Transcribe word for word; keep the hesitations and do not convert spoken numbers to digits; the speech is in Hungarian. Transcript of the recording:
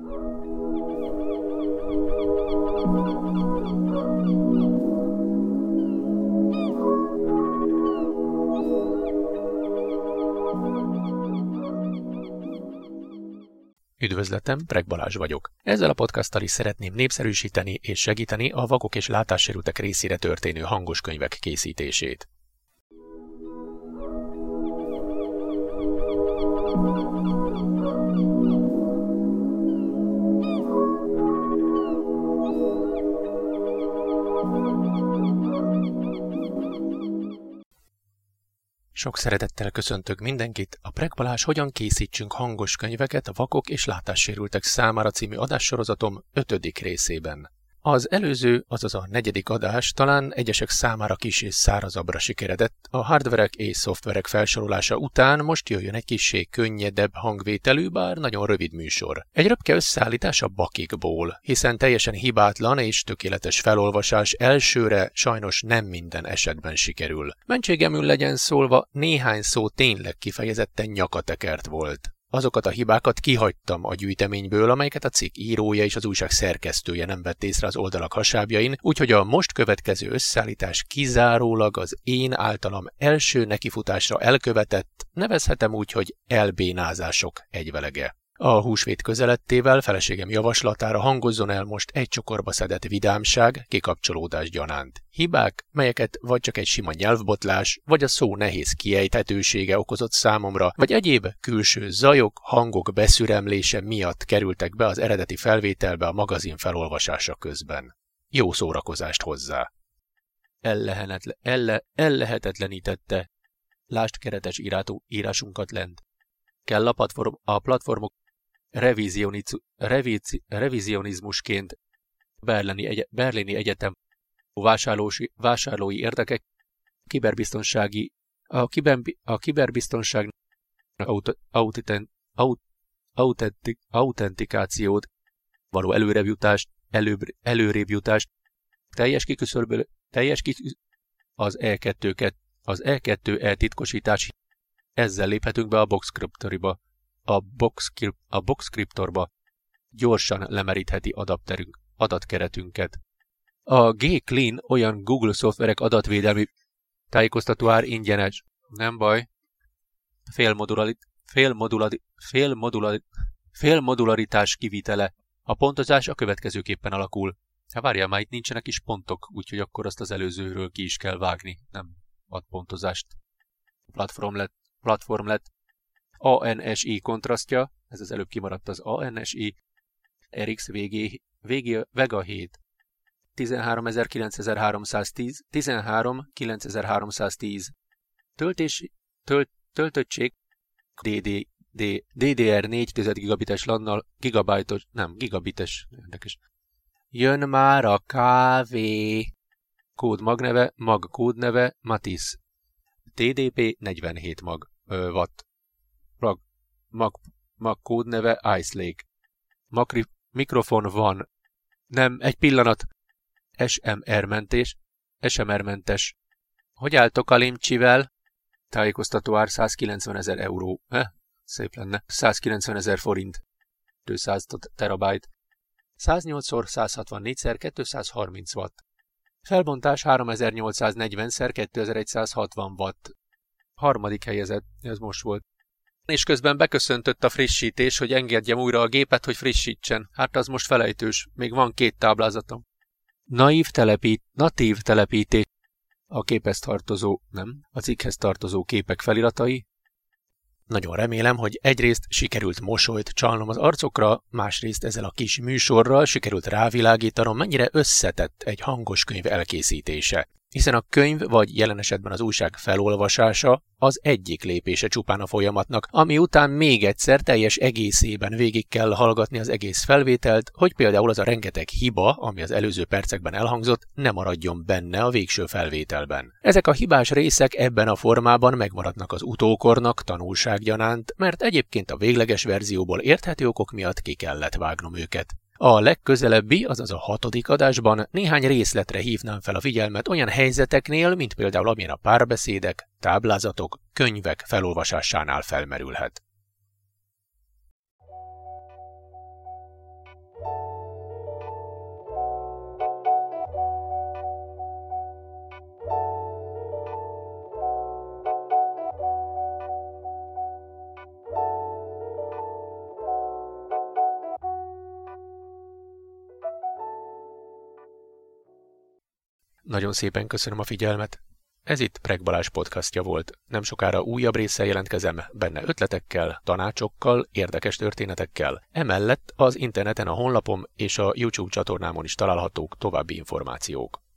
Üdvözletem, Preg Balázs vagyok. Ezzel a podcasttal is szeretném népszerűsíteni és segíteni a vakok és látássérültek részére történő hangos könyvek készítését. Sok szeretettel köszöntök mindenkit a Preg Balázs Hogyan készítsünk hangos könyveket a vakok és látássérültek számára című adássorozatom ötödik részében. Az előző, azaz a negyedik adás talán egyesek számára kis és szárazabbra sikeredett, a hardverek és szoftverek felsorolása után most jöjjön egy kissé könnyedebb hangvételű, bár nagyon rövid műsor. Egy röpke összeállítás a bakikból, hiszen teljesen hibátlan és tökéletes felolvasás elsőre sajnos nem minden esetben sikerül. Mentségemül legyen szólva, néhány szó tényleg kifejezetten nyakatekert volt. Azokat a hibákat kihagytam a gyűjteményből, amelyeket a cikk írója és az újság szerkesztője nem vett észre az oldalak hasábjain, úgyhogy a most következő összeállítás kizárólag az én általam első nekifutásra elkövetett, nevezhetem úgy, hogy elbénázások egyvelege. A húsvét közelettével feleségem javaslatára hangozzon el most egy csokorba szedett vidámság, kikapcsolódás gyanánt. Hibák, melyeket vagy csak egy sima nyelvbotlás, vagy a szó nehéz kiejthetősége okozott számomra, vagy egyéb külső zajok, hangok beszüremlése miatt kerültek be az eredeti felvételbe a magazin felolvasása közben. Jó szórakozást hozzá! Ellehenetle, elle, ellehetetlenítette. Lásd keretes írátó írásunkat lent. Kell a, platform, a platformok revizi, revizionizmusként Berlini, egy, Berlini Egyetem vásárlósi, vásárlói érdekek, kiberbiztonsági, a, kiber, a kiberbiztonság aut, autiten, aut, autentik, autentikációt, való előrébb jutást, előbb, előrébb jutást, teljes kiküszöböl, teljes kiküszöböl, az E kettő, az E kettő E titkosítás. Ezzel léphetünk be a boxscriptoriba. A, boxscript, a boxscriptorba gyorsan lemerítheti adapterünk, adatkeretünket. A G-Clean olyan Google szoftverek adatvédelmi tájékoztatóár ingyenes. Nem baj. Félmodularit, félmodularit, félmodularit, félmodularitás kivitele. A pontozás a következőképpen alakul. Hát várjál, már itt nincsenek is pontok, úgyhogy akkor azt az előzőről ki is kell vágni. Nem ad pontozást. Platform lett. Platform lett. á en es i kontrasztja, ez az előbb kimaradt az á en es i, er iksz vég, vég, Vega hét, tizenháromezer-kilencezer-háromszáztíz, tizenhárom-kilencezer-háromszáztíz, töltés, tölt, töltöttség, dé dé dé, dé dé er négy gigabites lannal, gigabájtos, nem, gigabites, érdekes. Jön már a kávé, kód magneve, mag kódneve, Matisz, té dé pé negyvenhét mag, ö, watt. Mag, mag, mag kódneve Ice Lake. Makri, mikrofon van. Nem, egy pillanat. es em er mentés. es em er mentes. Hogy álltok a limcsivel? Tájékoztatóár százkilencvenezer euró. Eh? Szép lenne. százkilencvenezer forint. kétszáz terabájt. száznyolc száz hatvannégy kétszázharminc watt. Felbontás háromezer-nyolcszáznegyven kétezer-száz hatvan watt. Harmadik helyezett, ez most volt. És közben beköszöntött a frissítés, hogy engedjem újra a gépet, hogy frissítsen. Hát az most felejtős, még van két táblázatom. Naív telepít, natív telepítés. A képhez tartozó, nem, a cikkhez tartozó képek feliratai. Nagyon remélem, hogy egyrészt sikerült mosolyt csalnom az arcokra, másrészt ezzel a kis műsorral sikerült rávilágítanom, mennyire összetett egy hangos könyv elkészítése. Hiszen a könyv, vagy jelen esetben az újság felolvasása az egyik lépése csupán a folyamatnak, ami után még egyszer teljes egészében végig kell hallgatni az egész felvételt, hogy például az a rengeteg hiba, ami az előző percekben elhangzott, ne maradjon benne a végső felvételben. Ezek a hibás részek ebben a formában megmaradnak az utókornak tanulsággyanánt, mert egyébként a végleges verzióból érthető okok miatt ki kellett vágnom őket. A legközelebbi, azaz a hatodik adásban néhány részletre hívnám fel a figyelmet olyan helyzeteknél, mint például amilyen a párbeszédek, táblázatok, könyvek felolvasásánál felmerülhet. Nagyon szépen köszönöm a figyelmet. Ez itt Preg Balázs podcastja volt. Nem sokára újabb résszel jelentkezem, benne ötletekkel, tanácsokkal, érdekes történetekkel. Emellett az interneten a honlapom és a YouTube csatornámon is találhatók további információk.